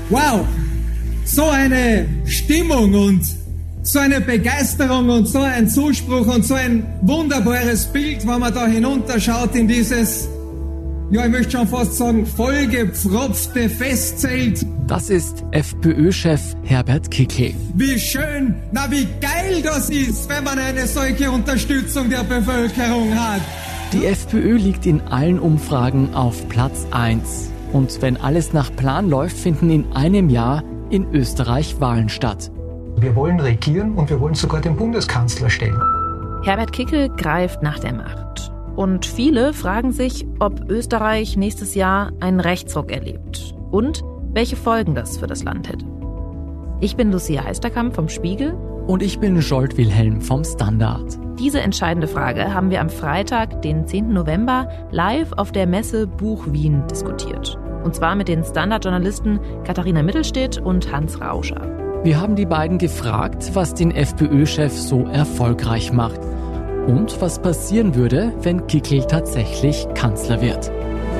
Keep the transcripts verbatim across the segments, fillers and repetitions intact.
Wow, so eine Stimmung und so eine Begeisterung und so ein Zuspruch und so ein wunderbares Bild, wenn man da hinunterschaut in dieses, ja, ich möchte schon fast sagen, vollgepfropfte Festzelt. Das ist FPÖ-Chef Herbert Kickl. Wie schön, na wie geil das ist, wenn man eine solche Unterstützung der Bevölkerung hat. Die FPÖ liegt in allen Umfragen auf Platz eins. Und wenn alles nach Plan läuft, finden in einem Jahr in Österreich Wahlen statt. Wir wollen regieren und wir wollen sogar den Bundeskanzler stellen. Herbert Kickl greift nach der Macht. Und viele fragen sich, ob Österreich nächstes Jahr einen Rechtsruck erlebt. Und welche Folgen das für das Land hätte. Ich bin Lucia Heisterkamp vom Spiegel. Und ich bin Jolt Wilhelm vom Standard. Diese entscheidende Frage haben wir am Freitag, den zehnten November, live auf der Messe Buch Wien diskutiert. Und zwar mit den Standard-Journalisten Katharina Mittelstedt und Hans Rauscher. Wir haben die beiden gefragt, was den FPÖ-Chef so erfolgreich macht. Und was passieren würde, wenn Kickl tatsächlich Kanzler wird.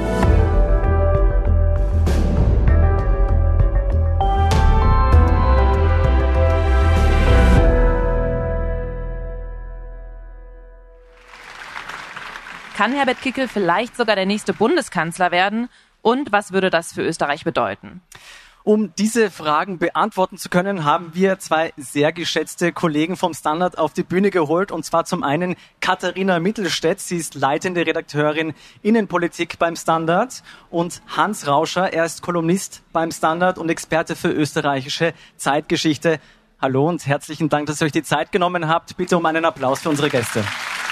Kann Herbert Kickl vielleicht sogar der nächste Bundeskanzler werden? Und was würde das für Österreich bedeuten? Um diese Fragen beantworten zu können, haben wir zwei sehr geschätzte Kollegen vom Standard auf die Bühne geholt. Und zwar zum einen Katharina Mittelstedt, sie ist leitende Redakteurin Innenpolitik beim Standard. Und Hans Rauscher, er ist Kolumnist beim Standard und Experte für österreichische Zeitgeschichte. Hallo und herzlichen Dank, dass ihr euch die Zeit genommen habt. Bitte um einen Applaus für unsere Gäste.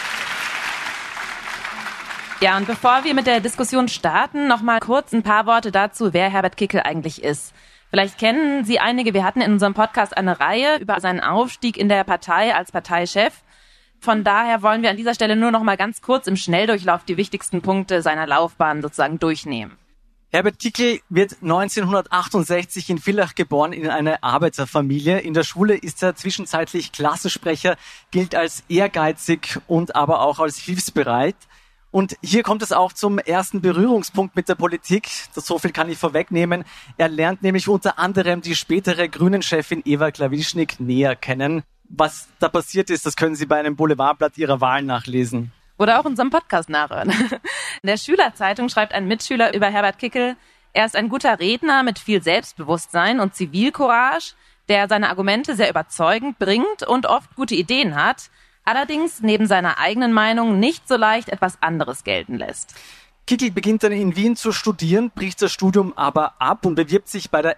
Ja, und bevor wir mit der Diskussion starten, noch mal kurz ein paar Worte dazu, wer Herbert Kickl eigentlich ist. Vielleicht kennen Sie einige, wir hatten in unserem Podcast eine Reihe über seinen Aufstieg in der Partei als Parteichef. Von daher wollen wir an dieser Stelle nur noch mal ganz kurz im Schnelldurchlauf die wichtigsten Punkte seiner Laufbahn sozusagen durchnehmen. Herbert Kickl wird neunzehnhundertachtundsechzig in Villach geboren, in einer Arbeiterfamilie. In der Schule ist er zwischenzeitlich Klassensprecher, gilt als ehrgeizig und aber auch als hilfsbereit. Und hier kommt es auch zum ersten Berührungspunkt mit der Politik. Das, so viel kann ich vorwegnehmen. Er lernt nämlich unter anderem die spätere Grünen-Chefin Eva Klawischnik näher kennen. Was da passiert ist, das können Sie bei einem Boulevardblatt Ihrer Wahl nachlesen. Oder auch in unserem Podcast nachhören. In der Schülerzeitung schreibt ein Mitschüler über Herbert Kickl: Er ist ein guter Redner mit viel Selbstbewusstsein und Zivilcourage, der seine Argumente sehr überzeugend bringt und oft gute Ideen hat. Allerdings neben seiner eigenen Meinung nicht so leicht etwas anderes gelten lässt. Kickl beginnt dann in Wien zu studieren, bricht das Studium aber ab und bewirbt sich bei der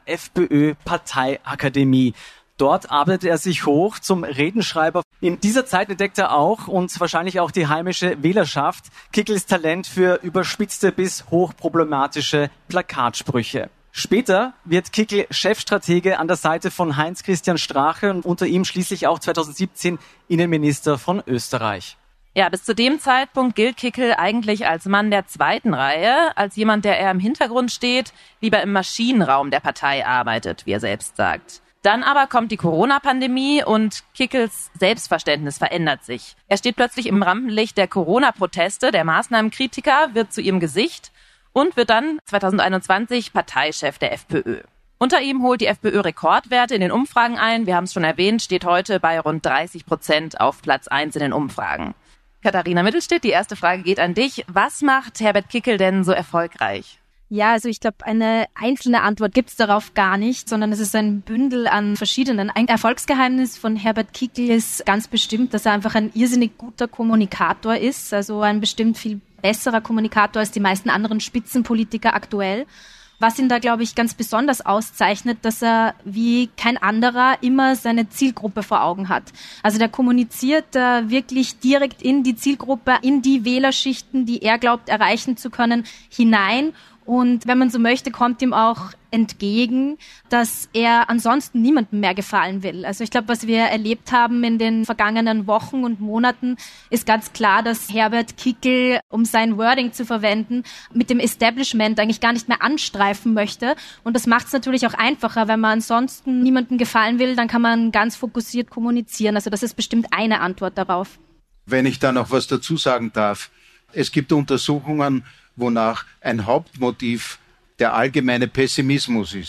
FPÖ-Parteiakademie. Dort arbeitet er sich hoch zum Redenschreiber. In dieser Zeit entdeckt er auch und wahrscheinlich auch die heimische Wählerschaft Kickls Talent für überspitzte bis hochproblematische Plakatsprüche. Später wird Kickl Chefstratege an der Seite von Heinz-Christian Strache und unter ihm schließlich auch zweitausendsiebzehn Innenminister von Österreich. Ja, bis zu dem Zeitpunkt gilt Kickl eigentlich als Mann der zweiten Reihe, als jemand, der eher im Hintergrund steht, lieber im Maschinenraum der Partei arbeitet, wie er selbst sagt. Dann aber kommt die Corona-Pandemie und Kickls Selbstverständnis verändert sich. Er steht plötzlich im Rampenlicht der Corona-Proteste, der Maßnahmenkritiker, wird zu ihrem Gesicht und wird dann zweitausendeinundzwanzig Parteichef der FPÖ. Unter ihm holt die FPÖ Rekordwerte in den Umfragen ein. Wir haben es schon erwähnt, steht heute bei rund dreißig Prozent auf Platz eins in den Umfragen. Katharina Mittelstedt, die erste Frage geht an dich. Was macht Herbert Kickl denn so erfolgreich? Ja, also ich glaube, eine einzelne Antwort gibt's darauf gar nicht, sondern es ist ein Bündel an verschiedenen. Ein Erfolgsgeheimnis von Herbert Kickl ist ganz bestimmt, dass er einfach ein irrsinnig guter Kommunikator ist, also ein bestimmt viel besserer Kommunikator als die meisten anderen Spitzenpolitiker aktuell. Was ihn da, glaube ich, ganz besonders auszeichnet, dass er wie kein anderer immer seine Zielgruppe vor Augen hat. Also der kommuniziert äh, wirklich direkt in die Zielgruppe, in die Wählerschichten, die er glaubt erreichen zu können, hinein. Und wenn man so möchte, kommt ihm auch entgegen, dass er ansonsten niemandem mehr gefallen will. Also ich glaube, was wir erlebt haben in den vergangenen Wochen und Monaten, ist ganz klar, dass Herbert Kickl, um sein Wording zu verwenden, mit dem Establishment eigentlich gar nicht mehr anstreifen möchte. Und das macht es natürlich auch einfacher. Wenn man ansonsten niemandem gefallen will, dann kann man ganz fokussiert kommunizieren. Also das ist bestimmt eine Antwort darauf. Wenn ich da noch was dazu sagen darf. Es gibt Untersuchungen, wonach ein Hauptmotiv der allgemeine Pessimismus ist.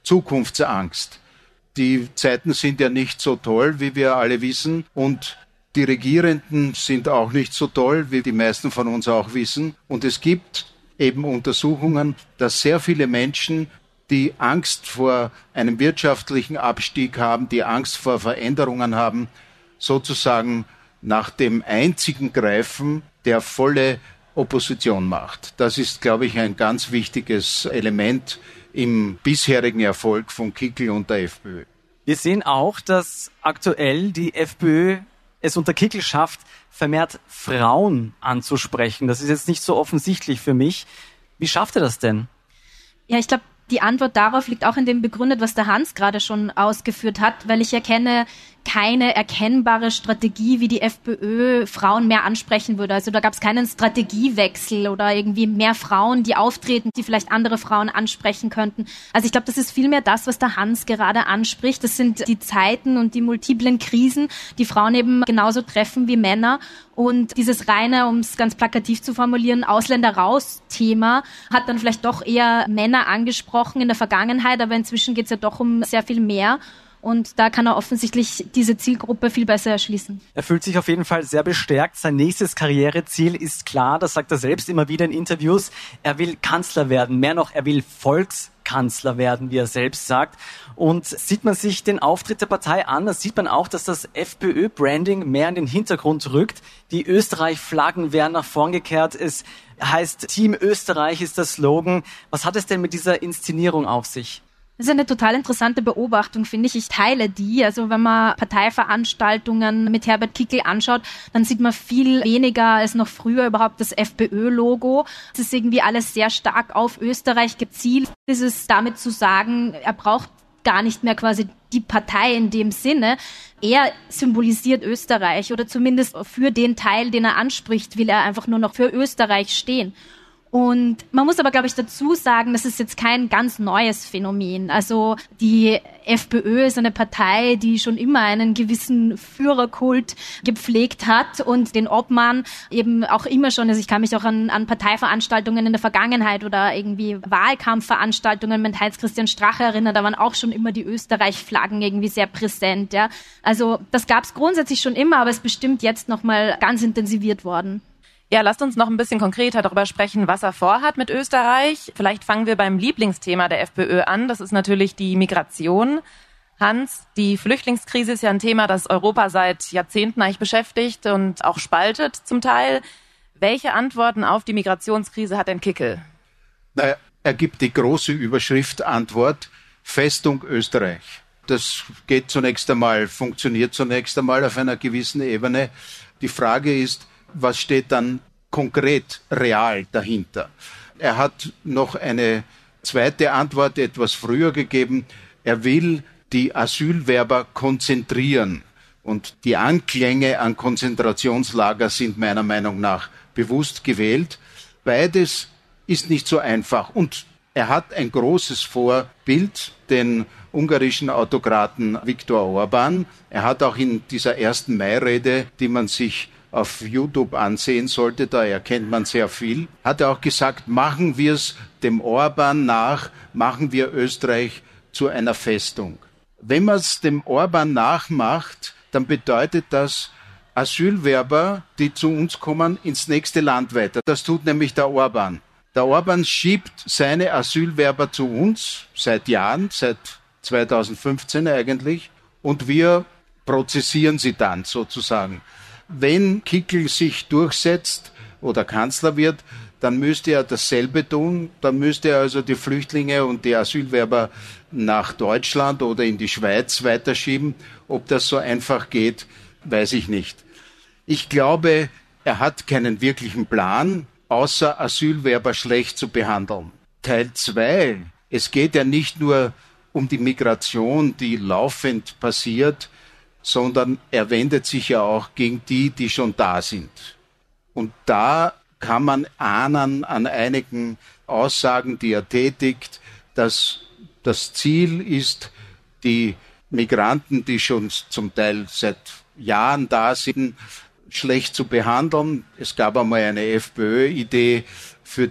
Zukunftsangst. Die Zeiten sind ja nicht so toll, wie wir alle wissen, und die Regierenden sind auch nicht so toll, wie die meisten von uns auch wissen. Und es gibt eben Untersuchungen, dass sehr viele Menschen, die Angst vor einem wirtschaftlichen Abstieg haben, die Angst vor Veränderungen haben, sozusagen nach dem einzigen greifen, der volle Opposition macht. Das ist, glaube ich, ein ganz wichtiges Element im bisherigen Erfolg von Kickl und der FPÖ. Wir sehen auch, dass aktuell die FPÖ es unter Kickl schafft, vermehrt Frauen anzusprechen. Das ist jetzt nicht so offensichtlich für mich. Wie schafft er das denn? Ja, ich glaube, die Antwort darauf liegt auch in dem begründet, was der Hans gerade schon ausgeführt hat, weil ich erkenne keine erkennbare Strategie, wie die FPÖ Frauen mehr ansprechen würde. Also da gab es keinen Strategiewechsel oder irgendwie mehr Frauen, die auftreten, die vielleicht andere Frauen ansprechen könnten. Also ich glaube, das ist vielmehr das, was der Hans gerade anspricht. Das sind die Zeiten und die multiplen Krisen, die Frauen eben genauso treffen wie Männer. Und dieses reine, um es ganz plakativ zu formulieren, Ausländer-raus-Thema hat dann vielleicht doch eher Männer angesprochen in der Vergangenheit, aber inzwischen geht es ja doch um sehr viel mehr. Und da kann er offensichtlich diese Zielgruppe viel besser erschließen. Er fühlt sich auf jeden Fall sehr bestärkt. Sein nächstes Karriereziel ist klar, das sagt er selbst immer wieder in Interviews. Er will Kanzler werden, mehr noch, er will Volkskanzler werden, wie er selbst sagt. Und sieht man sich den Auftritt der Partei an, da sieht man auch, dass das FPÖ-Branding mehr in den Hintergrund rückt. Die Österreich-Flaggen werden nach vorn gekehrt. Es heißt, Team Österreich ist der Slogan. Was hat es denn mit dieser Inszenierung auf sich? Das ist eine total interessante Beobachtung, finde ich. Ich teile die. Also wenn man Parteiveranstaltungen mit Herbert Kickl anschaut, dann sieht man viel weniger als noch früher überhaupt das FPÖ-Logo. Es ist irgendwie alles sehr stark auf Österreich gezielt. Es ist damit zu sagen, er braucht gar nicht mehr quasi die Partei in dem Sinne. Er symbolisiert Österreich oder zumindest für den Teil, den er anspricht, will er einfach nur noch für Österreich stehen. Und man muss aber, glaube ich, dazu sagen, das ist jetzt kein ganz neues Phänomen. Also die FPÖ ist eine Partei, die schon immer einen gewissen Führerkult gepflegt hat und den Obmann eben auch immer schon, also ich kann mich auch an, an Parteiveranstaltungen in der Vergangenheit oder irgendwie Wahlkampfveranstaltungen mit Heinz-Christian Strache erinnern, da waren auch schon immer die Österreich-Flaggen irgendwie sehr präsent. Ja. Also das gab es grundsätzlich schon immer, aber es ist bestimmt jetzt nochmal ganz intensiviert worden. Ja, lasst uns noch ein bisschen konkreter darüber sprechen, was er vorhat mit Österreich. Vielleicht fangen wir beim Lieblingsthema der FPÖ an. Das ist natürlich die Migration. Hans, die Flüchtlingskrise ist ja ein Thema, das Europa seit Jahrzehnten eigentlich beschäftigt und auch spaltet zum Teil. Welche Antworten auf die Migrationskrise hat denn Kickl? Naja, er gibt die große Überschrift Antwort Festung Österreich. Das geht zunächst einmal, funktioniert zunächst einmal auf einer gewissen Ebene. Die Frage ist, was steht dann konkret, real dahinter? Er hat noch eine zweite Antwort etwas früher gegeben. Er will die Asylwerber konzentrieren. Und die Anklänge an Konzentrationslager sind meiner Meinung nach bewusst gewählt. Beides ist nicht so einfach. Und er hat ein großes Vorbild, den ungarischen Autokraten Viktor Orbán. Er hat auch in dieser ersten Mai-Rede, die man sich auf YouTube ansehen sollte, da erkennt man sehr viel, hat er auch gesagt, machen wir es dem Orbán nach, machen wir Österreich zu einer Festung. Wenn man es dem Orbán nachmacht, dann bedeutet das Asylwerber, die zu uns kommen, ins nächste Land weiter. Das tut nämlich der Orbán. Der Orbán schiebt seine Asylwerber zu uns, seit Jahren, seit zweitausendfünfzehn eigentlich, und wir prozessieren sie dann sozusagen. Wenn Kickl sich durchsetzt oder Kanzler wird, dann müsste er dasselbe tun. Dann müsste er also die Flüchtlinge und die Asylwerber nach Deutschland oder in die Schweiz weiterschieben. Ob das so einfach geht, weiß ich nicht. Ich glaube, er hat keinen wirklichen Plan, außer Asylwerber schlecht zu behandeln. Teil zwei. Es geht ja nicht nur um die Migration, die laufend passiert, sondern er wendet sich ja auch gegen die, die schon da sind. Und da kann man ahnen an einigen Aussagen, die er tätigt, dass das Ziel ist, die Migranten, die schon zum Teil seit Jahren da sind, schlecht zu behandeln. Es gab einmal eine FPÖ-Idee für die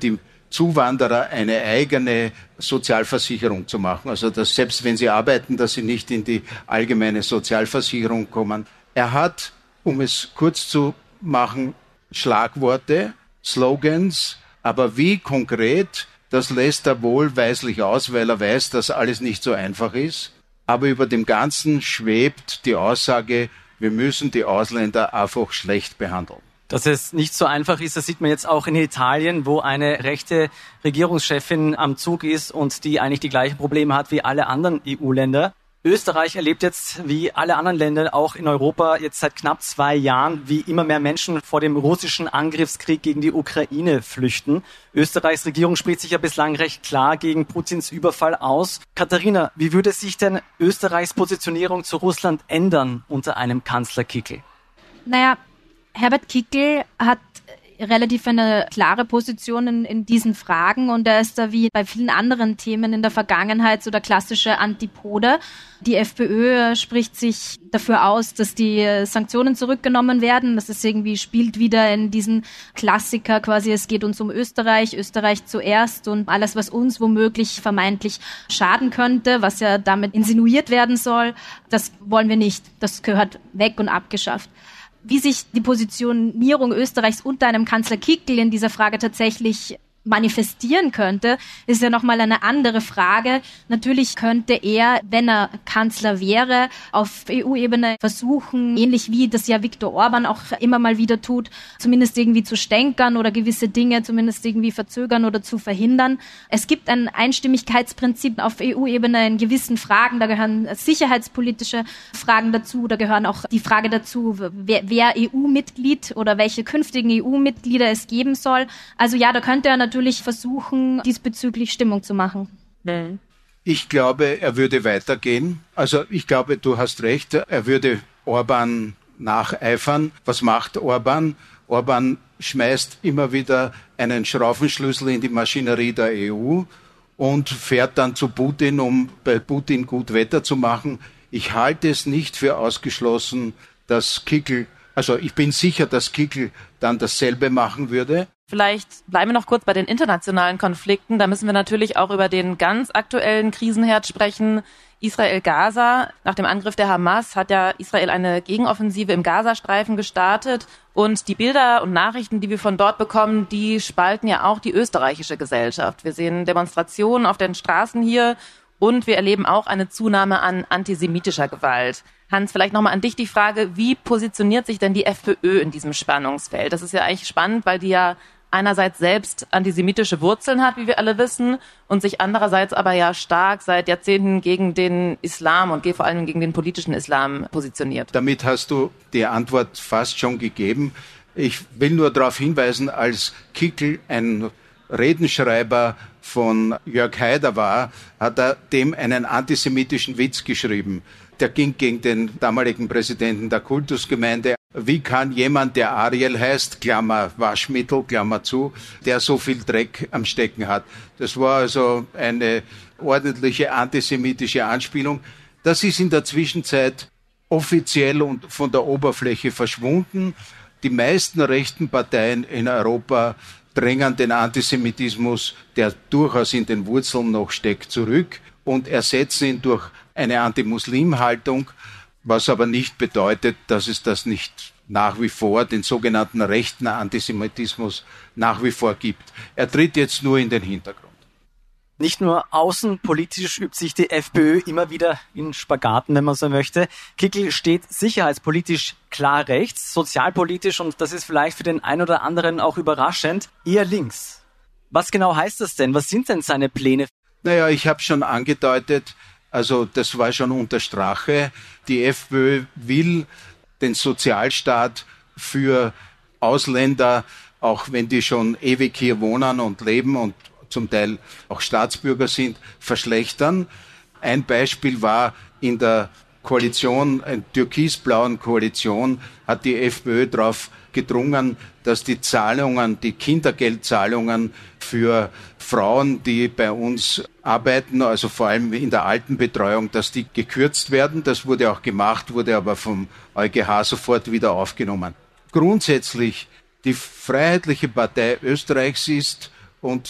Zuwanderer eine eigene Sozialversicherung zu machen. Also dass selbst wenn sie arbeiten, dass sie nicht in die allgemeine Sozialversicherung kommen. Er hat, um es kurz zu machen, Schlagworte, Slogans, aber wie konkret, das lässt er wohlweislich aus, weil er weiß, dass alles nicht so einfach ist. Aber über dem Ganzen schwebt die Aussage, wir müssen die Ausländer einfach schlecht behandeln. Dass es nicht so einfach ist, das sieht man jetzt auch in Italien, wo eine rechte Regierungschefin am Zug ist und die eigentlich die gleichen Probleme hat wie alle anderen E U-Länder. Österreich erlebt jetzt, wie alle anderen Länder, auch in Europa, jetzt seit knapp zwei Jahren, wie immer mehr Menschen vor dem russischen Angriffskrieg gegen die Ukraine flüchten. Österreichs Regierung spricht sich ja bislang recht klar gegen Putins Überfall aus. Katharina, wie würde sich denn Österreichs Positionierung zu Russland ändern unter einem Kanzler Kickl? Naja, Herbert Kickl hat relativ eine klare Position in, in diesen Fragen und er ist da wie bei vielen anderen Themen in der Vergangenheit so der klassische Antipode. Die FPÖ spricht sich dafür aus, dass die Sanktionen zurückgenommen werden. Das ist irgendwie, spielt wieder in diesen Klassiker quasi, es geht uns um Österreich, Österreich zuerst und alles, was uns womöglich vermeintlich schaden könnte, was ja damit insinuiert werden soll, das wollen wir nicht. Das gehört weg und abgeschafft. Wie sich die Positionierung Österreichs unter einem Kanzler Kickl in dieser Frage tatsächlich manifestieren könnte, ist ja nochmal eine andere Frage. Natürlich könnte er, wenn er Kanzler wäre, auf E U-Ebene versuchen, ähnlich wie das ja Viktor Orban auch immer mal wieder tut, zumindest irgendwie zu stänkern oder gewisse Dinge zumindest irgendwie verzögern oder zu verhindern. Es gibt ein Einstimmigkeitsprinzip auf E U-Ebene in gewissen Fragen, da gehören sicherheitspolitische Fragen dazu, da gehören auch die Frage dazu, wer, wer E U-Mitglied oder welche künftigen E U-Mitglieder es geben soll. Also ja, da könnte er natürlich natürlich versuchen, diesbezüglich Stimmung zu machen. Mhm. Ich glaube, er würde weitergehen. Also ich glaube, du hast recht, er würde Orban nacheifern. Was macht Orban? Orban schmeißt immer wieder einen Schraubenschlüssel in die Maschinerie der E U und fährt dann zu Putin, um bei Putin gut Wetter zu machen. Ich halte es nicht für ausgeschlossen, dass Kickl, also ich bin sicher, dass Kickl dann dasselbe machen würde. Vielleicht bleiben wir noch kurz bei den internationalen Konflikten. Da müssen wir natürlich auch über den ganz aktuellen Krisenherd sprechen. Israel-Gaza. Nach dem Angriff der Hamas hat ja Israel eine Gegenoffensive im Gazastreifen gestartet. Und die Bilder und Nachrichten, die wir von dort bekommen, die spalten ja auch die österreichische Gesellschaft. Wir sehen Demonstrationen auf den Straßen hier und wir erleben auch eine Zunahme an antisemitischer Gewalt. Hans, vielleicht nochmal an dich die Frage, wie positioniert sich denn die FPÖ in diesem Spannungsfeld? Das ist ja eigentlich spannend, weil die ja einerseits selbst antisemitische Wurzeln hat, wie wir alle wissen, und sich andererseits aber ja stark seit Jahrzehnten gegen den Islam und vor allem gegen den politischen Islam positioniert. Damit hast du die Antwort fast schon gegeben. Ich will nur darauf hinweisen, als Kickl ein Redenschreiber von Jörg Haider war, hat er dem einen antisemitischen Witz geschrieben. Der ging gegen den damaligen Präsidenten der Kultusgemeinde. Wie kann jemand, der Ariel heißt, Klammer Waschmittel, Klammer zu, der so viel Dreck am Stecken hat? Das war also eine ordentliche antisemitische Anspielung. Das ist in der Zwischenzeit offiziell und von der Oberfläche verschwunden. Die meisten rechten Parteien in Europa drängen den Antisemitismus, der durchaus in den Wurzeln noch steckt, zurück und ersetzen ihn durch eine Anti-Muslim-Haltung, was aber nicht bedeutet, dass es das nicht nach wie vor, den sogenannten rechten Antisemitismus, nach wie vor gibt. Er tritt jetzt nur in den Hintergrund. Nicht nur außenpolitisch übt sich die FPÖ immer wieder in Spagaten, wenn man so möchte. Kickl steht sicherheitspolitisch klar rechts, sozialpolitisch, und das ist vielleicht für den einen oder anderen auch überraschend, eher links. Was genau heißt das denn? Was sind denn seine Pläne? Naja, ich habe schon angedeutet, also das war schon unter Strache. Die FPÖ will den Sozialstaat für Ausländer, auch wenn die schon ewig hier wohnen und leben und zum Teil auch Staatsbürger sind, verschlechtern. Ein Beispiel war in der Koalition, einer türkisblauen Koalition, hat die FPÖ darauf gedrungen, dass die Zahlungen, die Kindergeldzahlungen für Frauen, die bei uns arbeiten, also vor allem in der Altenbetreuung, dass die gekürzt werden. Das wurde auch gemacht, wurde aber vom EuGH sofort wieder aufgenommen. Grundsätzlich die Freiheitliche Partei Österreichs ist, und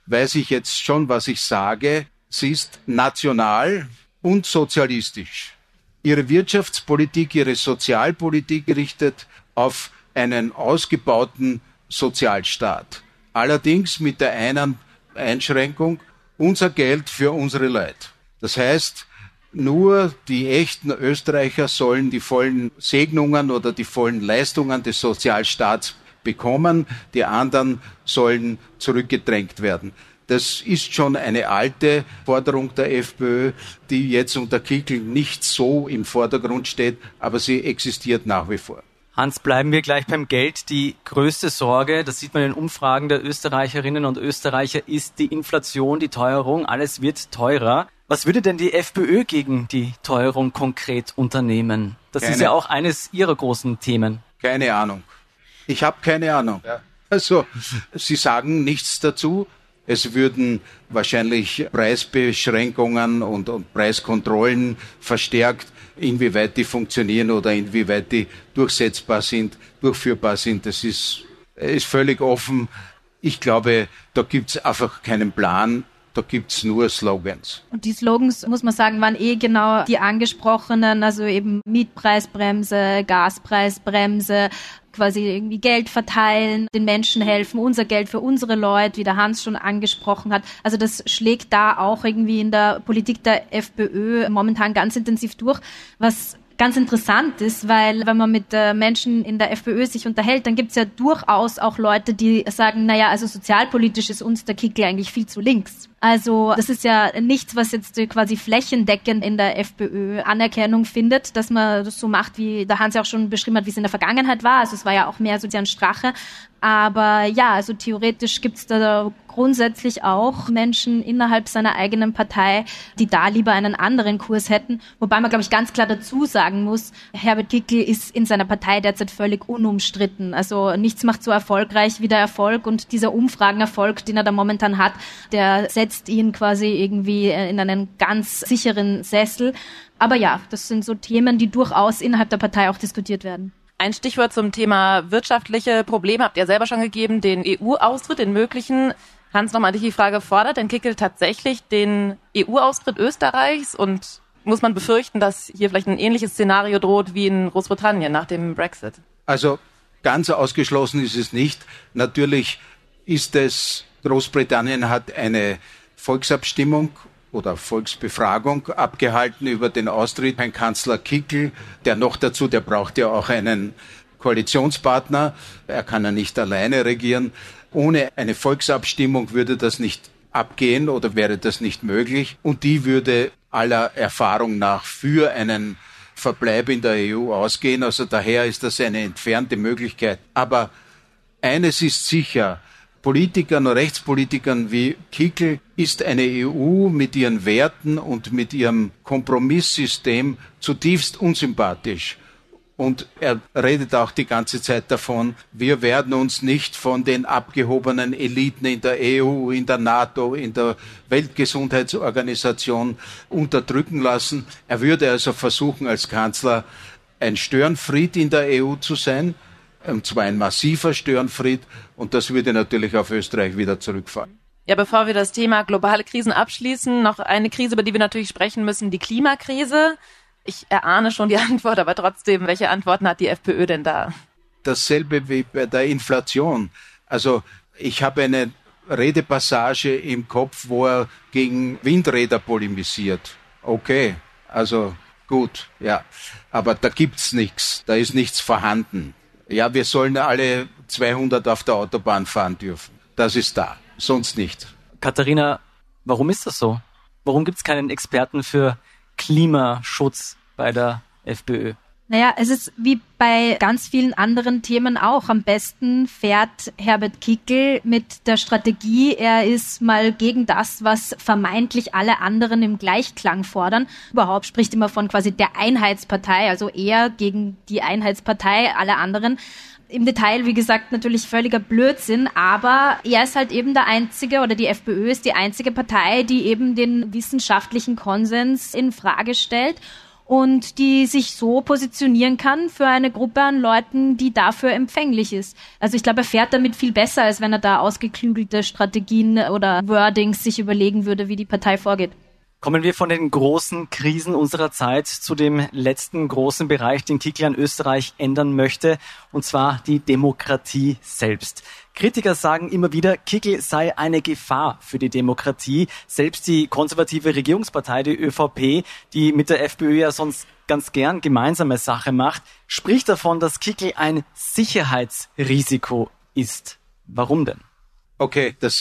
weiß ich jetzt schon, was ich sage. Sie ist national und sozialistisch. Ihre Wirtschaftspolitik, ihre Sozialpolitik richtet auf einen ausgebauten Sozialstaat. Allerdings mit der einen Einschränkung, unser Geld für unsere Leute. Das heißt, nur die echten Österreicher sollen die vollen Segnungen oder die vollen Leistungen des Sozialstaats bekommen, die anderen sollen zurückgedrängt werden. Das ist schon eine alte Forderung der FPÖ, die jetzt unter Kickl nicht so im Vordergrund steht, aber sie existiert nach wie vor. Hans, bleiben wir gleich beim Geld. Die größte Sorge, das sieht man in den Umfragen der Österreicherinnen und Österreicher, ist die Inflation, die Teuerung. Alles wird teurer. Was würde denn die FPÖ gegen die Teuerung konkret unternehmen? Das Keine. ist ja auch eines ihrer großen Themen. Keine Ahnung. Ich habe keine Ahnung. Ja. Also, Sie sagen nichts dazu. Es würden wahrscheinlich Preisbeschränkungen und, und Preiskontrollen verstärkt. Inwieweit die funktionieren oder inwieweit die durchsetzbar sind, durchführbar sind, das ist, ist völlig offen. Ich glaube, da gibt es einfach keinen Plan. Da gibt's nur Slogans. Und die Slogans, muss man sagen, waren eh genau die angesprochenen, also eben Mietpreisbremse, Gaspreisbremse, quasi irgendwie Geld verteilen, den Menschen helfen, unser Geld für unsere Leute, wie der Hans schon angesprochen hat. Also das schlägt da auch irgendwie in der Politik der FPÖ momentan ganz intensiv durch, was ganz interessant ist, weil wenn man mit äh, Menschen in der FPÖ sich unterhält, dann gibt's ja durchaus auch Leute, die sagen, naja, also sozialpolitisch ist uns der Kickl eigentlich viel zu links. Also das ist ja nichts, was jetzt quasi flächendeckend in der FPÖ Anerkennung findet, dass man das so macht, wie der Hans ja auch schon beschrieben hat, wie es in der Vergangenheit war. Also es war ja auch mehr so ein Strache. Aber ja, also theoretisch gibt's da grundsätzlich auch Menschen innerhalb seiner eigenen Partei, die da lieber einen anderen Kurs hätten. Wobei man, glaube ich, ganz klar dazu sagen muss, Herbert Kickl ist in seiner Partei derzeit völlig unumstritten. Also nichts macht so erfolgreich wie der Erfolg, und dieser Umfragenerfolg, den er da momentan hat, der setzt ihn quasi irgendwie in einen ganz sicheren Sessel. Aber ja, das sind so Themen, die durchaus innerhalb der Partei auch diskutiert werden. Ein Stichwort zum Thema wirtschaftliche Probleme habt ihr selber schon gegeben, den E U-Austritt, den möglichen. Hans, nochmal dich die Frage, fordert denn Kickl tatsächlich den E U-Austritt Österreichs, und muss man befürchten, dass hier vielleicht ein ähnliches Szenario droht wie in Großbritannien nach dem Brexit? Also ganz ausgeschlossen ist es nicht. Natürlich ist es, Großbritannien hat eine Volksabstimmung oder Volksbefragung abgehalten über den Austritt. Ein Kanzler Kickl, der noch dazu, der braucht ja auch einen Koalitionspartner. Er kann ja nicht alleine regieren. Ohne eine Volksabstimmung würde das nicht abgehen oder wäre das nicht möglich. Und die würde aller Erfahrung nach für einen Verbleib in der E U ausgehen. Also daher ist das eine entfernte Möglichkeit. Aber eines ist sicher: Politikern, Rechtspolitikern wie Kickl ist eine E U mit ihren Werten und mit ihrem Kompromisssystem zutiefst unsympathisch. Und er redet auch die ganze Zeit davon, wir werden uns nicht von den abgehobenen Eliten in der E U, in der NATO, in der Weltgesundheitsorganisation unterdrücken lassen. Er würde also versuchen, als Kanzler ein Störenfried in der E U zu sein, und zwar ein massiver Störenfried, und das würde natürlich auf Österreich wieder zurückfallen. Ja, bevor wir das Thema globale Krisen abschließen, noch eine Krise, über die wir natürlich sprechen müssen, die Klimakrise. Ich erahne schon die Antwort, aber trotzdem, welche Antworten hat die FPÖ denn da? Dasselbe wie bei der Inflation. Also ich habe eine Redepassage im Kopf, wo er gegen Windräder polemisiert. Okay, also gut, ja. Aber da gibt's nichts, da ist nichts vorhanden. Ja, wir sollen alle zweihundert auf der Autobahn fahren dürfen. Das ist da, sonst nicht. Katharina, warum ist das so? Warum gibt's keinen Experten für Klimaschutz bei der FPÖ? Naja, es ist wie bei ganz vielen anderen Themen auch. Am besten fährt Herbert Kickl mit der Strategie, er ist mal gegen das, was vermeintlich alle anderen im Gleichklang fordern. Überhaupt spricht immer von quasi der Einheitspartei, also er gegen die Einheitspartei, alle anderen. Im Detail, wie gesagt, natürlich völliger Blödsinn, aber er ist halt eben der einzige, oder die FPÖ ist die einzige Partei, die eben den wissenschaftlichen Konsens in Frage stellt. und die sich so positionieren kann für eine Gruppe an Leuten, die dafür empfänglich ist. Also ich glaube, er fährt damit viel besser, als wenn er da ausgeklügelte Strategien oder Wordings sich überlegen würde, wie die Partei vorgeht. Kommen wir von den großen Krisen unserer Zeit zu dem letzten großen Bereich, den Kickl an Österreich ändern möchte, und zwar die Demokratie selbst. Kritiker sagen immer wieder, Kickl sei eine Gefahr für die Demokratie. Selbst die konservative Regierungspartei, die ÖVP, die mit der FPÖ ja sonst ganz gern gemeinsame Sache macht, spricht davon, dass Kickl ein Sicherheitsrisiko ist. Warum denn? Okay, das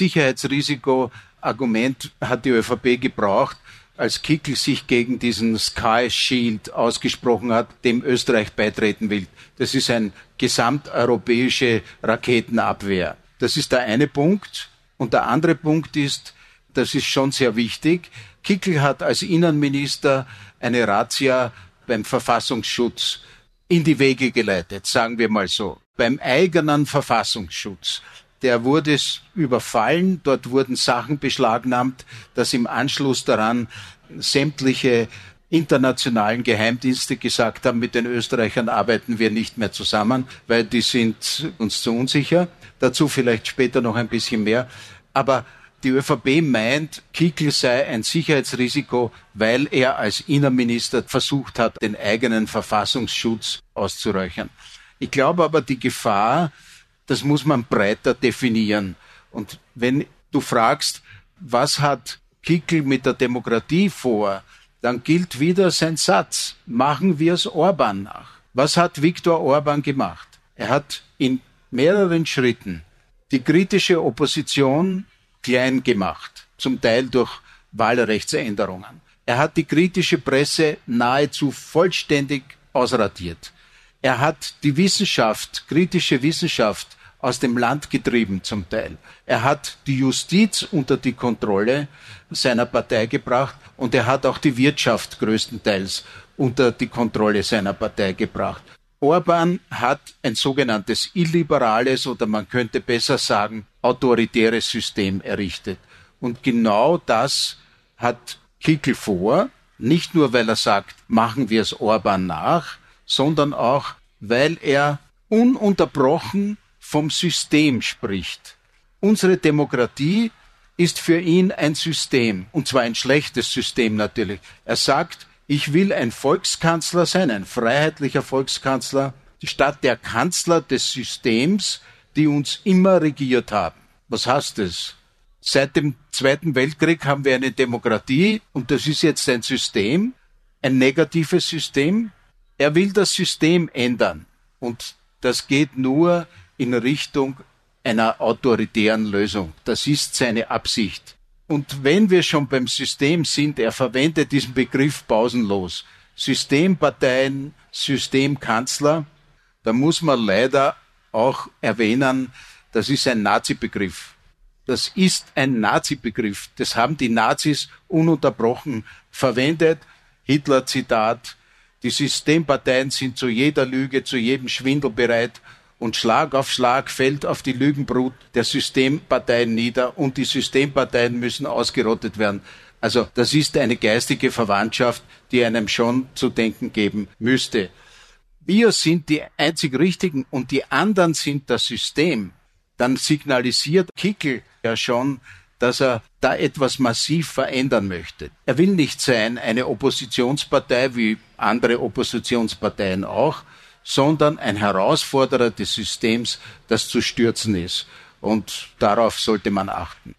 Sicherheitsrisiko-Argument hat die ÖVP gebraucht, als Kickl sich gegen diesen Sky Shield ausgesprochen hat, dem Österreich beitreten will. Das ist eine gesamteuropäische Raketenabwehr. Das ist der eine Punkt. Und der andere Punkt ist, das ist schon sehr wichtig, Kickl hat als Innenminister eine Razzia beim Verfassungsschutz in die Wege geleitet, sagen wir mal so. Beim eigenen Verfassungsschutz. Der wurde überfallen, dort wurden Sachen beschlagnahmt, dass im Anschluss daran sämtliche internationalen Geheimdienste gesagt haben, mit den Österreichern arbeiten wir nicht mehr zusammen, weil die sind uns zu unsicher. Dazu vielleicht später noch ein bisschen mehr. Aber die ÖVP meint, Kickl sei ein Sicherheitsrisiko, weil er als Innenminister versucht hat, den eigenen Verfassungsschutz auszuräuchern. Ich glaube aber, die Gefahr, das muss man breiter definieren. Und wenn du fragst, was hat Kickl mit der Demokratie vor, dann gilt wieder sein Satz, machen wir es Orban nach. Was hat Viktor Orban gemacht? Er hat in mehreren Schritten die kritische Opposition klein gemacht, zum Teil durch Wahlrechtsänderungen. Er hat die kritische Presse nahezu vollständig ausradiert. Er hat die Wissenschaft, kritische Wissenschaft aus dem Land getrieben zum Teil. Er hat die Justiz unter die Kontrolle seiner Partei gebracht und er hat auch die Wirtschaft größtenteils unter die Kontrolle seiner Partei gebracht. Orban hat ein sogenanntes illiberales oder man könnte besser sagen autoritäres System errichtet. Und genau das hat Kickl vor, nicht nur weil er sagt, machen wir es Orban nach, sondern auch, weil er ununterbrochen vom System spricht. Unsere Demokratie ist für ihn ein System, und zwar ein schlechtes System natürlich. Er sagt, ich will ein Volkskanzler sein, ein freiheitlicher Volkskanzler, statt der Kanzler des Systems, die uns immer regiert haben. Was heißt das? Seit dem Zweiten Weltkrieg haben wir eine Demokratie und das ist jetzt ein System, ein negatives System. Er will das System ändern und das geht nur in Richtung einer autoritären Lösung. Das ist seine Absicht. Und wenn wir schon beim System sind, er verwendet diesen Begriff pausenlos. Systemparteien, Systemkanzler, da muss man leider auch erwähnen, das ist ein Nazi-Begriff. Das ist ein Nazi-Begriff. Das haben die Nazis ununterbrochen verwendet. Hitler-Zitat, die Systemparteien sind zu jeder Lüge, zu jedem Schwindel bereit. Und Schlag auf Schlag fällt auf die Lügenbrut der Systemparteien nieder und die Systemparteien müssen ausgerottet werden. Also das ist eine geistige Verwandtschaft, die einem schon zu denken geben müsste. Wir sind die einzig Richtigen und die anderen sind das System. Dann signalisiert Kickl ja schon, dass er da etwas massiv verändern möchte. Er will nicht sein eine Oppositionspartei wie andere Oppositionsparteien auch, sondern ein Herausforderer des Systems, das zu stürzen ist. Und darauf sollte man achten.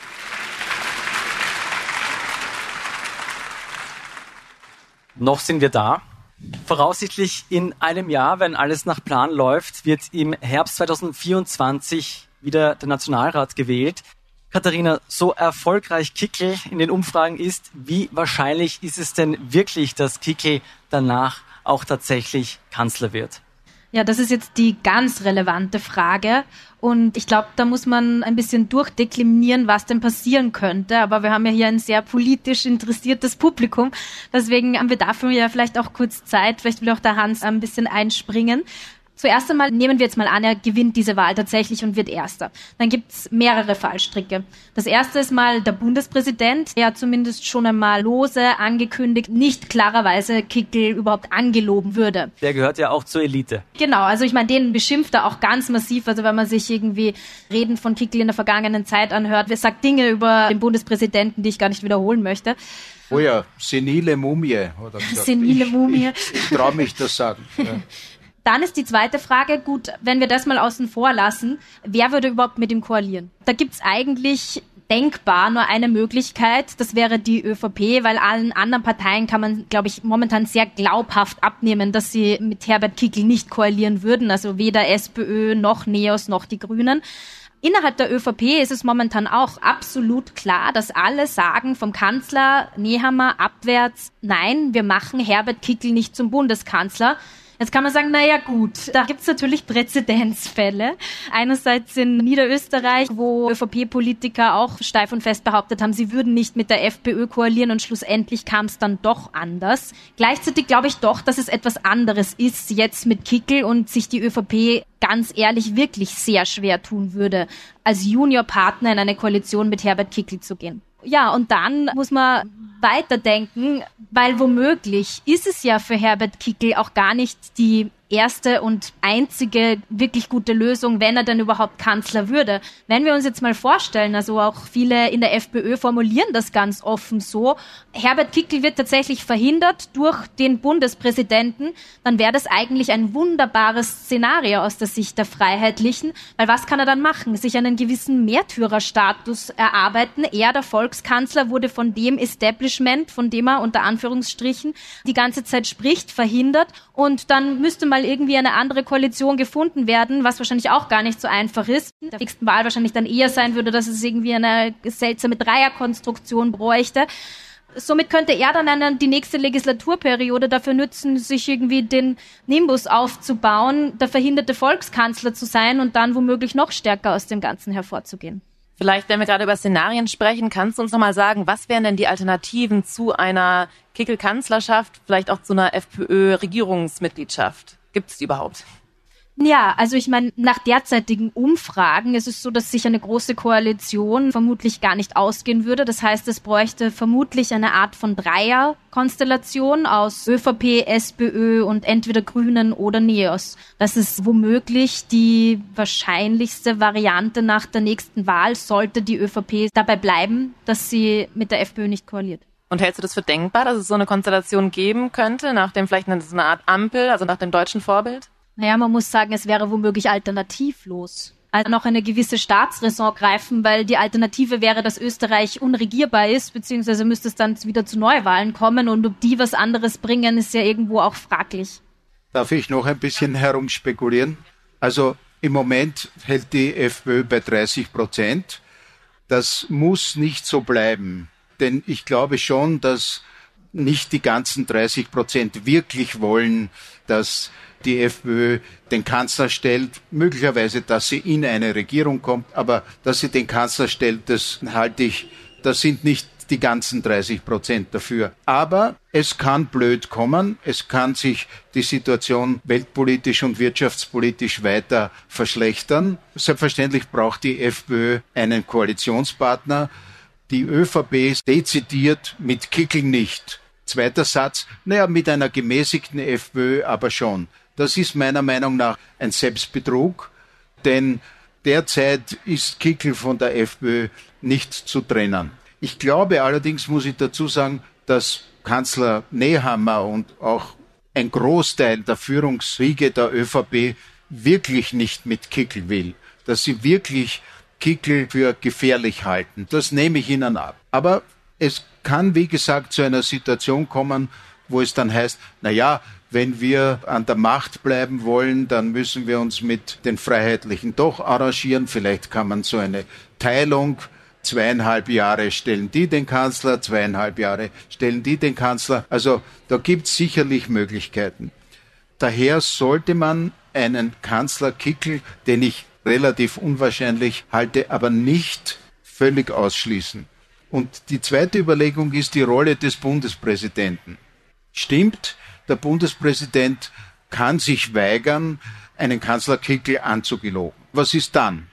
Noch sind wir da. Voraussichtlich in einem Jahr, wenn alles nach Plan läuft, wird im Herbst zweitausendvierundzwanzig wieder der Nationalrat gewählt. Katharina, so erfolgreich Kickl in den Umfragen ist, wie wahrscheinlich ist es denn wirklich, dass Kickl danach auch tatsächlich Kanzler wird? Ja, das ist jetzt die ganz relevante Frage und ich glaube, da muss man ein bisschen durchdeklinieren, was denn passieren könnte, aber wir haben ja hier ein sehr politisch interessiertes Publikum, deswegen haben wir dafür ja vielleicht auch kurz Zeit, vielleicht will auch der Hans ein bisschen einspringen. Zuerst einmal nehmen wir jetzt mal an, er gewinnt diese Wahl tatsächlich und wird Erster. Dann gibt's mehrere Fallstricke. Das erste ist mal der Bundespräsident, der zumindest schon einmal lose angekündigt, nicht klarerweise Kickl überhaupt angeloben würde. Der gehört ja auch zur Elite. Genau, also ich meine, den beschimpft er auch ganz massiv. Also wenn man sich irgendwie Reden von Kickl in der vergangenen Zeit anhört, wer sagt Dinge über den Bundespräsidenten, die ich gar nicht wiederholen möchte. Oh ja, senile Mumie, hat er gesagt. Senile Mumie. Ich, ich traue mich das sagen. Ja. Dann ist die zweite Frage, gut, wenn wir das mal außen vor lassen, wer würde überhaupt mit ihm koalieren? Da gibt's eigentlich denkbar nur eine Möglichkeit, das wäre die ÖVP, weil allen anderen Parteien kann man, glaube ich, momentan sehr glaubhaft abnehmen, dass sie mit Herbert Kickl nicht koalieren würden, also weder SPÖ noch NEOS noch die Grünen. Innerhalb der ÖVP ist es momentan auch absolut klar, dass alle sagen vom Kanzler Nehammer abwärts, nein, wir machen Herbert Kickl nicht zum Bundeskanzler. Jetzt kann man sagen, na ja gut, da gibt's natürlich Präzedenzfälle. Einerseits in Niederösterreich, wo ÖVP-Politiker auch steif und fest behauptet haben, sie würden nicht mit der FPÖ koalieren und schlussendlich kam es dann doch anders. Gleichzeitig glaube ich doch, dass es etwas anderes ist jetzt mit Kickl und sich die ÖVP ganz ehrlich wirklich sehr schwer tun würde, als Juniorpartner in eine Koalition mit Herbert Kickl zu gehen. Ja, und dann muss man weiterdenken, weil womöglich ist es ja für Herbert Kickl auch gar nicht die erste und einzige wirklich gute Lösung, wenn er denn überhaupt Kanzler würde. Wenn wir uns jetzt mal vorstellen, also auch viele in der FPÖ formulieren das ganz offen so, Herbert Kickl wird tatsächlich verhindert durch den Bundespräsidenten, dann wäre das eigentlich ein wunderbares Szenario aus der Sicht der Freiheitlichen, weil was kann er dann machen? Sich einen gewissen Märtyrerstatus erarbeiten. Er, der Volkskanzler, wurde von dem Establishment, von dem er unter Anführungsstrichen die ganze Zeit spricht, verhindert und dann müsste man irgendwie eine andere Koalition gefunden werden, was wahrscheinlich auch gar nicht so einfach ist. Der nächsten Wahl wahrscheinlich dann eher sein würde, dass es irgendwie eine seltsame Dreierkonstruktion bräuchte. Somit könnte er dann eine, die nächste Legislaturperiode dafür nützen, sich irgendwie den Nimbus aufzubauen, der verhinderte Volkskanzler zu sein und dann womöglich noch stärker aus dem Ganzen hervorzugehen. Vielleicht, wenn wir gerade über Szenarien sprechen, kannst du uns nochmal sagen, was wären denn die Alternativen zu einer Kickl-Kanzlerschaft, vielleicht auch zu einer FPÖ-Regierungsmitgliedschaft? Gibt es die überhaupt? Ja, also ich meine, nach derzeitigen Umfragen ist es so, dass sich eine große Koalition vermutlich gar nicht ausgehen würde. Das heißt, es bräuchte vermutlich eine Art von Dreierkonstellation aus ÖVP, SPÖ und entweder Grünen oder NEOS. Das ist womöglich die wahrscheinlichste Variante nach der nächsten Wahl, sollte die ÖVP dabei bleiben, dass sie mit der FPÖ nicht koaliert. Und hältst du das für denkbar, dass es so eine Konstellation geben könnte, nach dem vielleicht eine, so eine Art Ampel, also nach dem deutschen Vorbild? Naja, man muss sagen, es wäre womöglich alternativlos. Also noch eine gewisse Staatsräson greifen, weil die Alternative wäre, dass Österreich unregierbar ist, beziehungsweise müsste es dann wieder zu Neuwahlen kommen und ob die was anderes bringen, ist ja irgendwo auch fraglich. Darf ich noch ein bisschen herumspekulieren? Also im Moment hält die FPÖ bei dreißig Prozent. Das muss nicht so bleiben, denn ich glaube schon, dass nicht die ganzen dreißig Prozent wirklich wollen, dass die FPÖ den Kanzler stellt, möglicherweise, dass sie in eine Regierung kommt, aber dass sie den Kanzler stellt, das halte ich, das sind nicht die ganzen dreißig Prozent dafür. Aber es kann blöd kommen, es kann sich die Situation weltpolitisch und wirtschaftspolitisch weiter verschlechtern. Selbstverständlich braucht die FPÖ einen Koalitionspartner, die ÖVP dezidiert mit Kickl nicht. Zweiter Satz, naja, mit einer gemäßigten FPÖ aber schon. Das ist meiner Meinung nach ein Selbstbetrug, denn derzeit ist Kickl von der FPÖ nicht zu trennen. Ich glaube allerdings, muss ich dazu sagen, dass Kanzler Nehammer und auch ein Großteil der Führungsriege der ÖVP wirklich nicht mit Kickl will, dass sie wirklich Kickl für gefährlich halten. Das nehme ich ihnen ab. Aber es kann, wie gesagt, zu einer Situation kommen, wo es dann heißt, na ja, wenn wir an der Macht bleiben wollen, dann müssen wir uns mit den Freiheitlichen doch arrangieren. Vielleicht kann man so eine Teilung, zweieinhalb Jahre stellen die den Kanzler, zweieinhalb Jahre stellen die den Kanzler. Also da gibt es sicherlich Möglichkeiten. Daher sollte man einen Kanzler Kickl, den ich relativ unwahrscheinlich halte, aber nicht völlig ausschließen. Und die zweite Überlegung ist die Rolle des Bundespräsidenten. Stimmt, der Bundespräsident kann sich weigern, einen Kanzler Kickl anzugelogen. Was ist dann?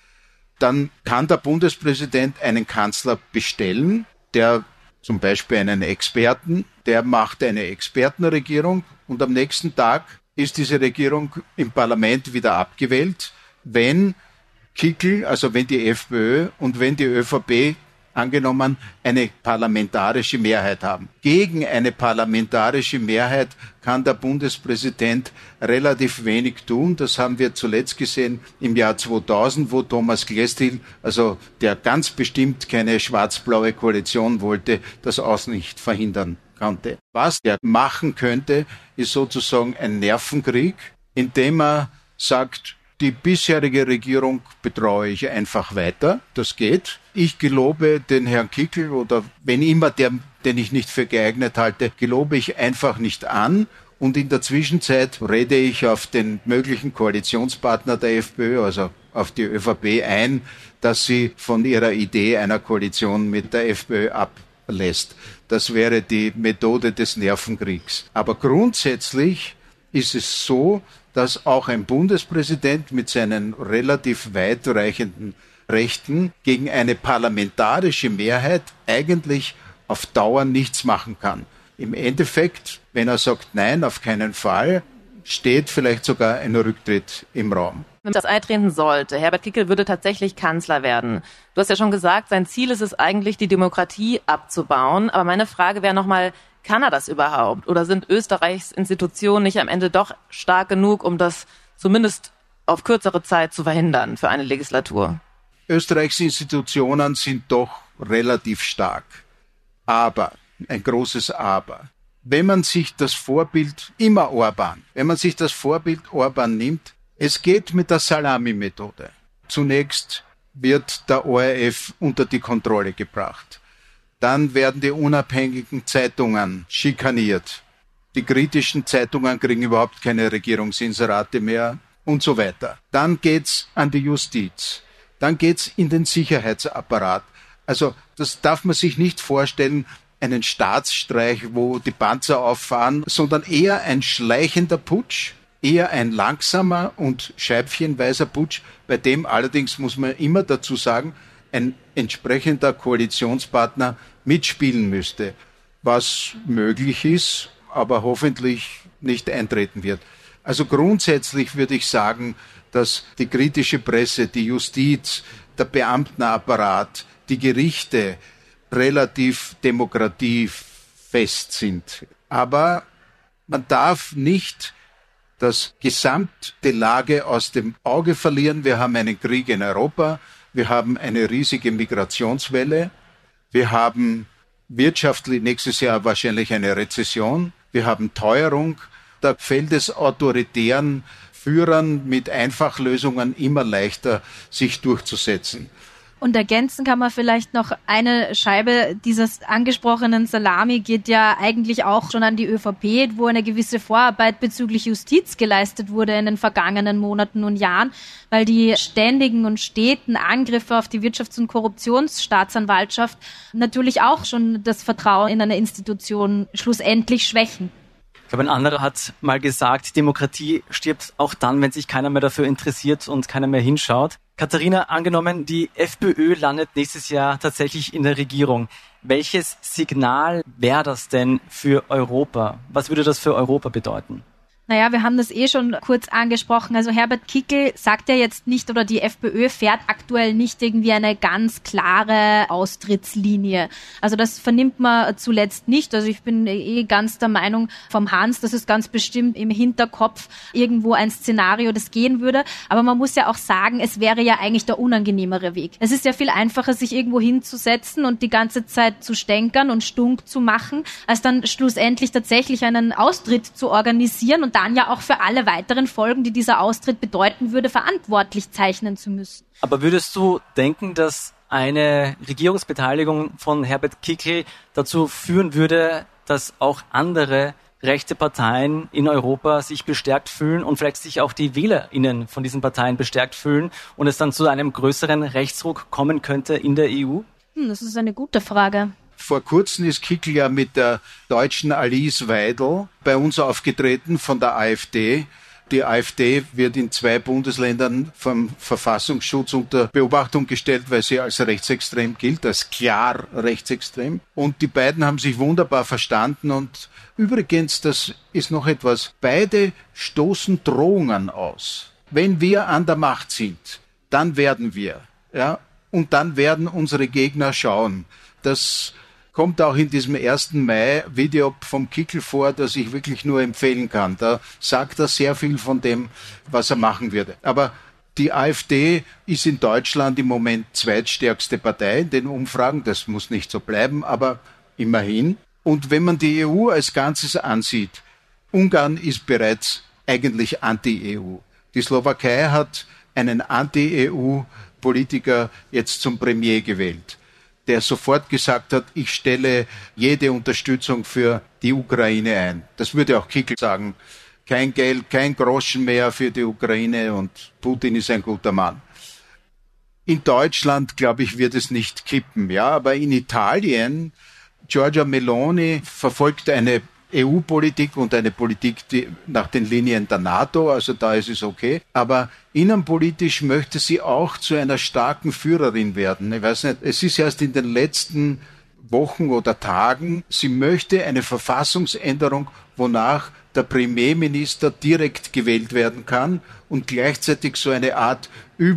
Dann kann der Bundespräsident einen Kanzler bestellen, der zum Beispiel einen Experten, der macht eine Expertenregierung und am nächsten Tag ist diese Regierung im Parlament wieder abgewählt, wenn Kickl, also wenn die FPÖ und wenn die ÖVP angenommen eine parlamentarische Mehrheit haben. Gegen eine parlamentarische Mehrheit kann der Bundespräsident relativ wenig tun. Das haben wir zuletzt gesehen im Jahr zweitausend, wo Thomas Klestil, also der ganz bestimmt keine schwarz-blaue Koalition wollte, das auch nicht verhindern konnte. Was er machen könnte, ist sozusagen ein Nervenkrieg, indem er sagt, die bisherige Regierung betreue ich einfach weiter. Das geht. Ich gelobe den Herrn Kickl oder wenn immer der, den ich nicht für geeignet halte, gelobe ich einfach nicht an. Und in der Zwischenzeit rede ich auf den möglichen Koalitionspartner der FPÖ, also auf die ÖVP ein, dass sie von ihrer Idee einer Koalition mit der FPÖ ablässt. Das wäre die Methode des Nervenkriegs. Aber grundsätzlich ist es so, dass auch ein Bundespräsident mit seinen relativ weitreichenden Rechten gegen eine parlamentarische Mehrheit eigentlich auf Dauer nichts machen kann. Im Endeffekt, wenn er sagt, nein, auf keinen Fall, steht vielleicht sogar ein Rücktritt im Raum. Wenn das eintreten sollte, Herbert Kickl würde tatsächlich Kanzler werden. Du hast ja schon gesagt, sein Ziel ist es eigentlich, die Demokratie abzubauen. Aber meine Frage wäre nochmal, kann er das überhaupt? Oder sind Österreichs Institutionen nicht am Ende doch stark genug, um das zumindest auf kürzere Zeit zu verhindern für eine Legislatur? Österreichs Institutionen sind doch relativ stark. Aber, ein großes Aber, wenn man sich das Vorbild, immer Orban, wenn man sich das Vorbild Orban nimmt, es geht mit der Salami-Methode. Zunächst wird der O R F unter die Kontrolle gebracht. Dann werden die unabhängigen Zeitungen schikaniert. Die kritischen Zeitungen kriegen überhaupt keine Regierungsinserate mehr und so weiter. Dann geht's an die Justiz. Dann geht's in den Sicherheitsapparat. Also das darf man sich nicht vorstellen, einen Staatsstreich, wo die Panzer auffahren, sondern eher ein schleichender Putsch, eher ein langsamer und scheibchenweiser Putsch, bei dem allerdings, muss man immer dazu sagen, ein entsprechender Koalitionspartner mitspielen müsste, was möglich ist, aber hoffentlich nicht eintreten wird. Also grundsätzlich würde ich sagen, dass die kritische Presse, die Justiz, der Beamtenapparat, die Gerichte relativ demokratiefest sind. Aber man darf nicht das gesamte Lage aus dem Auge verlieren. Wir haben einen Krieg in Europa. Wir haben eine riesige Migrationswelle. Wir haben wirtschaftlich nächstes Jahr wahrscheinlich eine Rezession. Wir haben Teuerung. Da fällt es autoritären Führern mit Einfachlösungen immer leichter, sich durchzusetzen. Und ergänzen kann man vielleicht noch, eine Scheibe dieses angesprochenen Salami geht ja eigentlich auch schon an die ÖVP, wo eine gewisse Vorarbeit bezüglich Justiz geleistet wurde in den vergangenen Monaten und Jahren, weil die ständigen und steten Angriffe auf die Wirtschafts- und Korruptionsstaatsanwaltschaft natürlich auch schon das Vertrauen in eine Institution schlussendlich schwächen. Ich glaube, ein anderer hat mal gesagt, Demokratie stirbt auch dann, wenn sich keiner mehr dafür interessiert und keiner mehr hinschaut. Katharina, angenommen, die FPÖ landet nächstes Jahr tatsächlich in der Regierung. Welches Signal wäre das denn für Europa? Was würde das für Europa bedeuten? Naja, wir haben das eh schon kurz angesprochen. Also Herbert Kickl sagt ja jetzt nicht, oder die FPÖ fährt aktuell nicht irgendwie eine ganz klare Austrittslinie. Also das vernimmt man zuletzt nicht. Also ich bin eh ganz der Meinung vom Hans, dass es ganz bestimmt im Hinterkopf irgendwo ein Szenario, das gehen würde. Aber man muss ja auch sagen, es wäre ja eigentlich der unangenehmere Weg. Es ist ja viel einfacher, sich irgendwo hinzusetzen und die ganze Zeit zu stänkern und stunk zu machen, als dann schlussendlich tatsächlich einen Austritt zu organisieren und dann ja auch für alle weiteren Folgen, die dieser Austritt bedeuten würde, verantwortlich zeichnen zu müssen. Aber würdest du denken, dass eine Regierungsbeteiligung von Herbert Kickl dazu führen würde, dass auch andere rechte Parteien in Europa sich bestärkt fühlen und vielleicht sich auch die WählerInnen von diesen Parteien bestärkt fühlen und es dann zu einem größeren Rechtsruck kommen könnte in der E U? Hm, das ist eine gute Frage. Vor kurzem ist Kickl ja mit der deutschen Alice Weidel bei uns aufgetreten von der AfD. Die AfD wird in zwei Bundesländern vom Verfassungsschutz unter Beobachtung gestellt, weil sie als rechtsextrem gilt, als klar rechtsextrem. Und die beiden haben sich wunderbar verstanden. Und übrigens, das ist noch etwas, beide stoßen Drohungen aus. Wenn wir an der Macht sind, dann werden wir, ja, und dann werden unsere Gegner schauen. Das kommt auch in diesem ersten Mai-Video vom Kickl vor, das ich wirklich nur empfehlen kann. Da sagt er sehr viel von dem, was er machen würde. Aber die AfD ist in Deutschland im Moment zweitstärkste Partei in den Umfragen. Das muss nicht so bleiben, aber immerhin. Und wenn man die E U als Ganzes ansieht, Ungarn ist bereits eigentlich anti-E U. Die Slowakei hat einen Anti-E U-Politiker jetzt zum Premier gewählt, der sofort gesagt hat, ich stelle jede Unterstützung für die Ukraine ein. Das würde auch Kickl sagen. Kein Geld, kein Groschen mehr für die Ukraine und Putin ist ein guter Mann. In Deutschland, glaube ich, wird es nicht kippen, ja, aber in Italien, Giorgia Meloni verfolgt eine E U-Politik und eine Politik die nach den Linien der NATO, also da ist es okay. Aber innenpolitisch möchte sie auch zu einer starken Führerin werden. Ich weiß nicht, es ist erst in den letzten Wochen oder Tagen, sie möchte eine Verfassungsänderung, wonach der Premierminister direkt gewählt werden kann und gleichzeitig so eine Art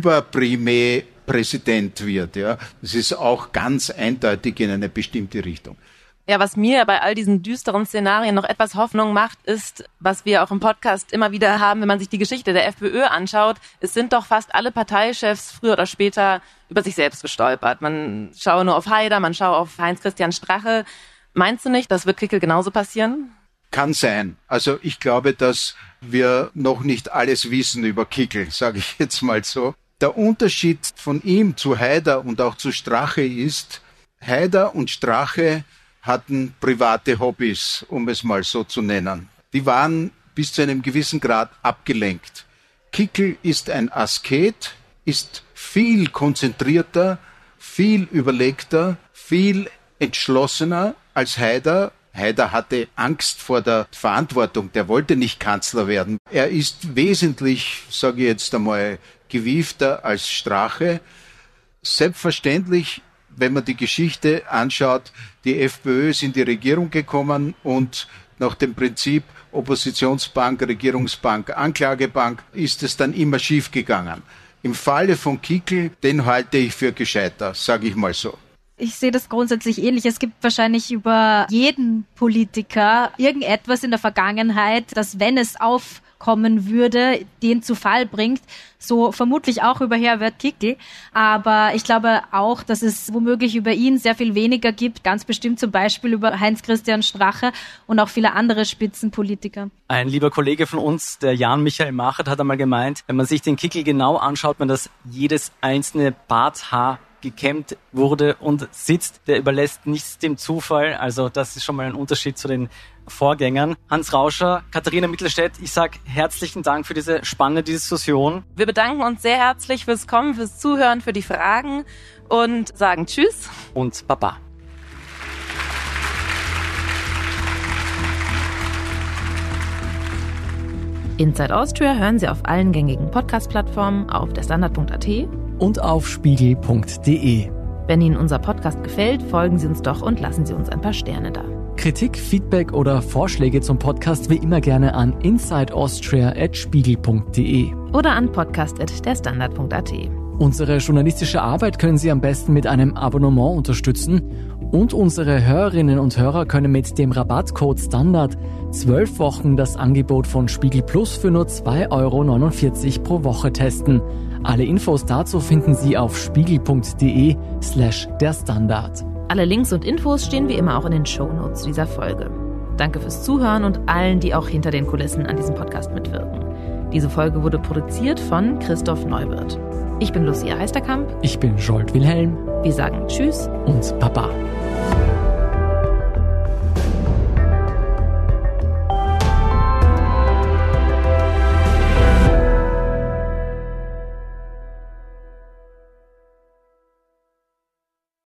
Überpremier-Präsident wird. Ja, das ist auch ganz eindeutig in eine bestimmte Richtung. Ja, was mir bei all diesen düsteren Szenarien noch etwas Hoffnung macht, ist, was wir auch im Podcast immer wieder haben, wenn man sich die Geschichte der FPÖ anschaut, es sind doch fast alle Parteichefs früher oder später über sich selbst gestolpert. Man schaue nur auf Haider, man schaue auf Heinz-Christian Strache. Meinst du nicht, das wird Kickl genauso passieren? Kann sein. Also ich glaube, dass wir noch nicht alles wissen über Kickl, sage ich jetzt mal so. Der Unterschied von ihm zu Haider und auch zu Strache ist, Haider und Strache hatten private Hobbys, um es mal so zu nennen. Die waren bis zu einem gewissen Grad abgelenkt. Kickl ist ein Asket, ist viel konzentrierter, viel überlegter, viel entschlossener als Haider. Haider hatte Angst vor der Verantwortung, der wollte nicht Kanzler werden. Er ist wesentlich, sage ich jetzt einmal, gewiefter als Strache. Selbstverständlich, wenn man die Geschichte anschaut, die FPÖ ist in die Regierung gekommen und nach dem Prinzip Oppositionsbank, Regierungsbank, Anklagebank ist es dann immer schief gegangen. Im Falle von Kickl, den halte ich für gescheiter, sage ich mal so. Ich sehe das grundsätzlich ähnlich. Es gibt wahrscheinlich über jeden Politiker irgendetwas in der Vergangenheit, das, wenn es aufkommen würde, den zu Fall bringt. So vermutlich auch über Herbert Kickl. Aber ich glaube auch, dass es womöglich über ihn sehr viel weniger gibt. Ganz bestimmt zum Beispiel über Heinz-Christian Strache und auch viele andere Spitzenpolitiker. Ein lieber Kollege von uns, der Jan Michael Machert, hat einmal gemeint, wenn man sich den Kickl genau anschaut, man das jedes einzelne Barthaar gekämmt wurde und sitzt, der überlässt nichts dem Zufall. Also das ist schon mal ein Unterschied zu den Vorgängern. Hans Rauscher, Katharina Mittelstädt, ich sage herzlichen Dank für diese spannende Diskussion. Wir bedanken uns sehr herzlich fürs Kommen, fürs Zuhören, für die Fragen und sagen Tschüss. Und Baba. Inside Austria hören Sie auf allen gängigen Podcast-Plattformen, auf der Standard punkt a t und auf spiegel punkt de. Wenn Ihnen unser Podcast gefällt, folgen Sie uns doch und lassen Sie uns ein paar Sterne da. Kritik, Feedback oder Vorschläge zum Podcast wie immer gerne an insideaustria at spiegel punkt de. Oder an podcast at der standard punkt a t. Unsere journalistische Arbeit können Sie am besten mit einem Abonnement unterstützen und unsere Hörerinnen und Hörer können mit dem Rabattcode Standard zwölf Wochen das Angebot von Spiegel Plus für nur zwei Euro neunundvierzig pro Woche testen. Alle Infos dazu finden Sie auf spiegel punkt de slash der Standard. Alle Links und Infos stehen wie immer auch in den Shownotes dieser Folge. Danke fürs Zuhören und allen, die auch hinter den Kulissen an diesem Podcast mitwirken. Diese Folge wurde produziert von Christoph Neuwirth. Ich bin Lucia Heisterkamp. Ich bin Jolt Wilhelm. Wir sagen Tschüss und Baba.